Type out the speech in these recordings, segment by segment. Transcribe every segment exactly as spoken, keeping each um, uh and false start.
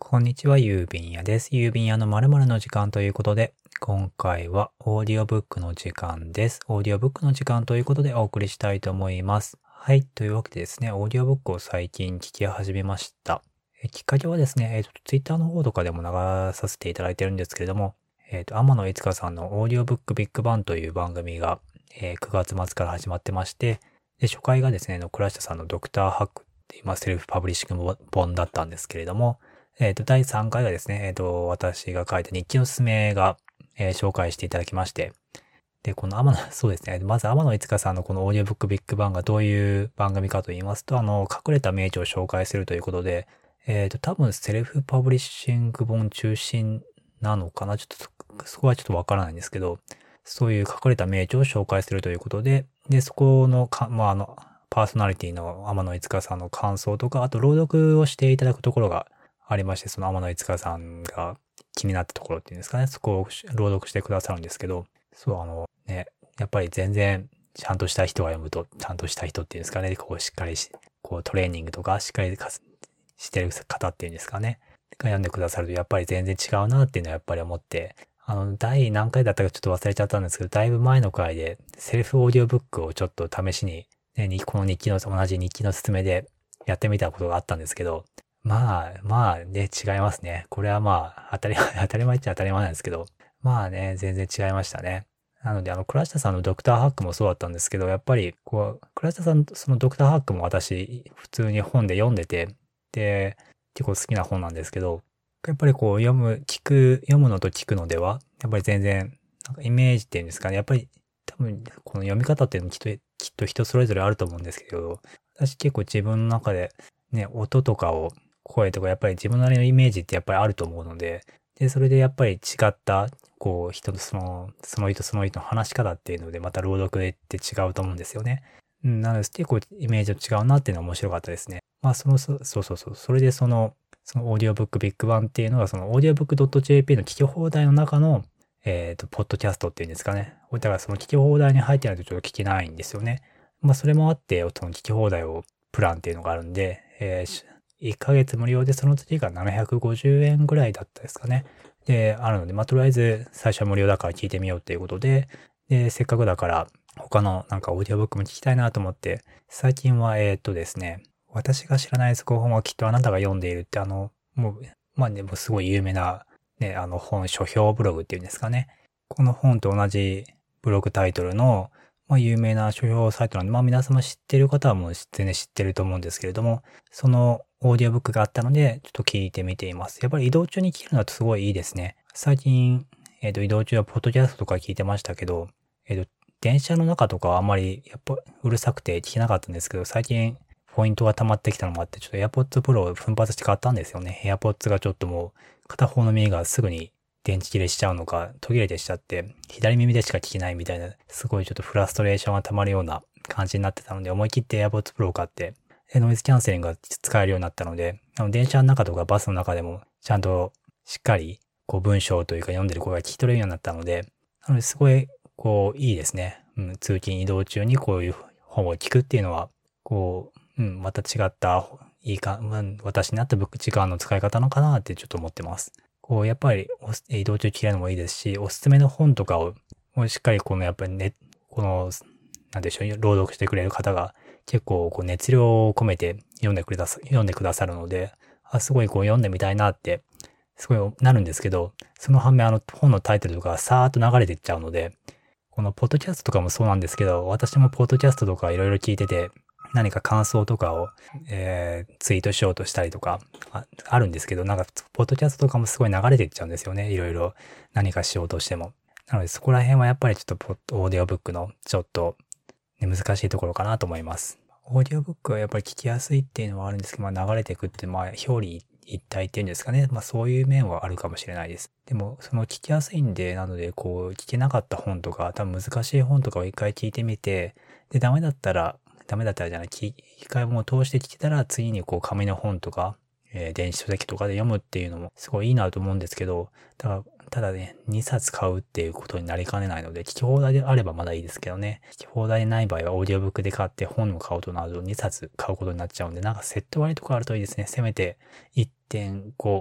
こんにちは、郵便屋です。郵便屋の〇〇の時間ということで、今回はオーディオブックの時間です。オーディオブックの時間ということでお送りしたいと思います。はい、というわけでですね、オーディオブックを最近聞き始めました。えきっかけはですね、えっと、ツイッターの方とかでも流させていただいてるんですけれども、えっと、天野いつかさんのオーディオブックビッグバンという番組が、えーくがつ末から始まってまして、で、初回がですね、倉下さんのドクターハックっていう、まあ、セルフパブリッシング本だったんですけれども、えっと、だいさんかいがですね、えっと、私が書いた日記のすすめが、えー紹介していただきまして、で、この天野、そうですね、まず天野いつかさんのこのオーディオブックビッグバンがどういう番組かと言いますと、あの、隠れた名著を紹介するということで、えっと、多分セルフパブリッシング本中心なのかなちょっとそ、そこはちょっとわからないんですけど、そういう隠れた名著を紹介するということで、で、そこのか、まあ、あの、パーソナリティの天野いつかさんの感想とか、あと朗読をしていただくところがありまして、その天野いつかさんが気になったところっていうんですかね、そこを朗読してくださるんですけど、そう、あのね、やっぱり全然ちゃんとした人が読むと、ちゃんとした人っていうんですかね、こうしっかりし、こうトレーニングとかしっかりかしてる方っていうんですかね、が読んでくださるとやっぱり全然違うなっていうのはやっぱり思って、あの、第何回だったかちょっと忘れちゃったんですけど、だいぶ前の回でセルフオーディオブックをちょっと試しに、ね、にこの日記の、同じ日記の勧めでやってみたことがあったんですけど、まあ、まあね、違いますね。これはまあ、当たり前、当たり前っちゃ当たり前なんですけど、まあね、全然違いましたね。なので、あの、倉下さんのドクターハックもそうだったんですけど、やっぱり、こう、倉下さん、そのドクターハックも私、普通に本で読んでて、で、結構好きな本なんですけど、やっぱりこう、読む、聞く、読むのと聞くのでは、やっぱり全然、なんかイメージっていうんですかね、やっぱり、多分、この読み方っていうのもきっと、きっと人それぞれあると思うんですけど、私結構自分の中で、ね、音とかを、声とかやっぱり自分なりのイメージってやっぱりあると思うので、で、それでやっぱり違った、こう、人のその、その人その人の話し方っていうので、また朗読でって違うと思うんですよね。うん、なので結構イメージと違うなっていうのは面白かったですね。まあ、その、そそうそうそう、それでその、そのオーディオブックビッグバンっていうのが、そのオーディオブック .jp の聞き放題の中の、えっと、ポッドキャストっていうんですかね。だからその聞き放題に入ってないとちょっと聞けないんですよね。まあ、それもあって、その聞き放題を、プランっていうのがあるんで、えーいっかげつ無料でその次がななひゃくごじゅうえんぐらいだったですかね。で、あるので、まあ、とりあえず最初は無料だから聞いてみようっていうことで、で、せっかくだから他のなんかオーディオブックも聞きたいなと思って、最近はえーっとですね、私が知らない速報本はきっとあなたが読んでいるってあの、もう、まあね、もうすごい有名なね、あの本、書評ブログっていうんですかね。この本と同じブログタイトルの、まあ有名な書評サイトなんで、まあ皆様知ってる方はもう全然知ってると思うんですけれども、そのオーディオブックがあったので、ちょっと聞いてみています。やっぱり移動中に聞けるのはすごいいいですね。最近、えっと、移動中はポッドキャストとか聞いてましたけど、えっと、電車の中とかはあんまり、やっぱ、うるさくて聞けなかったんですけど、最近、ポイントが溜まってきたのもあって、ちょっと AirPods Pro を奮発して買ったんですよね。AirPods がちょっともう、片方の耳がすぐに電池切れしちゃうのか、途切れてしちゃって、左耳でしか聞けないみたいな、すごいちょっとフラストレーションが溜まるような感じになってたので、思い切って AirPods Pro を買って、でノイズキャンセリングが使えるようになったので、あの電車の中とかバスの中でも、ちゃんとしっかり、こう文章というか読んでる声が聞き取れるようになったので、なのですごい、こう、いいですね。うん、通勤移動中にこういう本を聞くっていうのは、こう、うん、また違った、いいか、うん、私に合った時間の使い方なのかなってちょっと思ってます。こう、やっぱり移動中聞けるのもいいですし、おすすめの本とかを、もうしっかりこのやっぱりね、この、なんでしょう、朗読してくれる方が結構こう熱量を込めて読んでくれた、読んでくださるので、あ、すごいこう読んでみたいなって、すごいなるんですけど、その反面あの本のタイトルとかさーっと流れていっちゃうので、このポッドキャストとかもそうなんですけど、私もポッドキャストとかいろいろ聞いてて、何か感想とかを、えー、ツイートしようとしたりとかあ、あるんですけど、なんか、ポッドキャストとかもすごい流れていっちゃうんですよね。いろいろ何かしようとしても。なので、そこら辺はやっぱりちょっとポッド、オーディオブックのちょっと、ね、難しいところかなと思います。オーディオブックはやっぱり聞きやすいっていうのはあるんですけど、まあ流れていくって、まあ表裏一体っていうんですかね。まあそういう面はあるかもしれないです。でも、その聞きやすいんで、なので、こう、聞けなかった本とか、多分難しい本とかを一回聞いてみて、で、ダメだったら、ダメだったらじゃない、一回もう通して聞けたら、次にこう、紙の本とか、えー、電子書籍とかで読むっていうのもすごいいいなと思うんですけど、ただ、ただね、にさつ買うっていうことになりかねないので、聞き放題であればまだいいですけどね。聞き放題でない場合はオーディオブックで買って本を買うとなるとにさつ買うことになっちゃうんで、なんかセット割とかあるといいですね。せめていってんご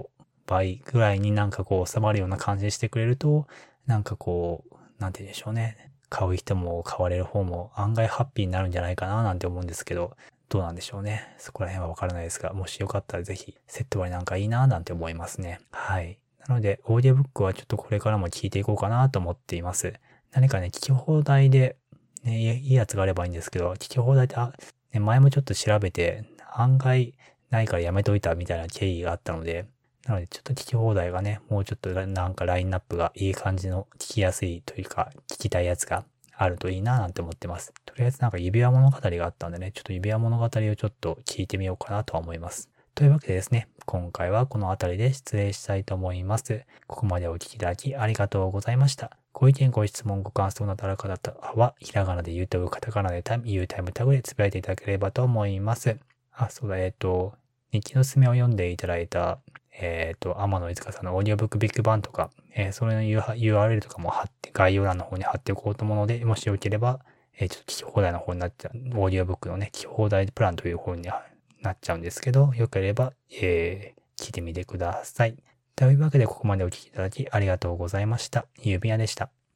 倍ぐらいになんかこう収まるような感じにしてくれると、なんかこう、なんて言うんでしょうね。買う人も買われる方も案外ハッピーになるんじゃないかななんて思うんですけど、どうなんでしょうね。そこら辺はわからないですが、もしよかったらぜひセット割なんかいいななんて思いますね。はい。なので、オーディオブックはちょっとこれからも聞いていこうかなと思っています。何かね、聞き放題で、ね、いいやつがあればいいんですけど、聞き放題で、ね、前もちょっと調べて、案外ないからやめといたみたいな経緯があったので、なのでちょっと聞き放題がね、もうちょっとなんかラインナップがいい感じの聞きやすいというか、聞きたいやつがあるといいななんて思ってます。とりあえずなんか指輪物語があったんでね、ちょっと指輪物語をちょっと聞いてみようかなとは思います。というわけでですね、今回はこの辺りで失礼したいと思います。ここまでお聞きいただきありがとうございました。ご意見、ご質問、ご感想などある方は、ひらがなで言うとカタカナでタイム、言うタイムタグでつぶやいていただければと思います。あ、そうだ、えっと、日記のすすめを読んでいただいた、えっと、天野いつかさんのオーディオブックビッグバンとか、えー、それの ユーアールエル とかも貼って、概要欄の方に貼っておこうと思うので、もしよければ、えー、ちょっと聞き放題の方になっちゃう、オーディオブックのね、聞き放題プランという方になっちゃうんですけど、よければ、えー、聞いてみてください。というわけで、ここまでお聞きいただきありがとうございました。ゆうびやでした。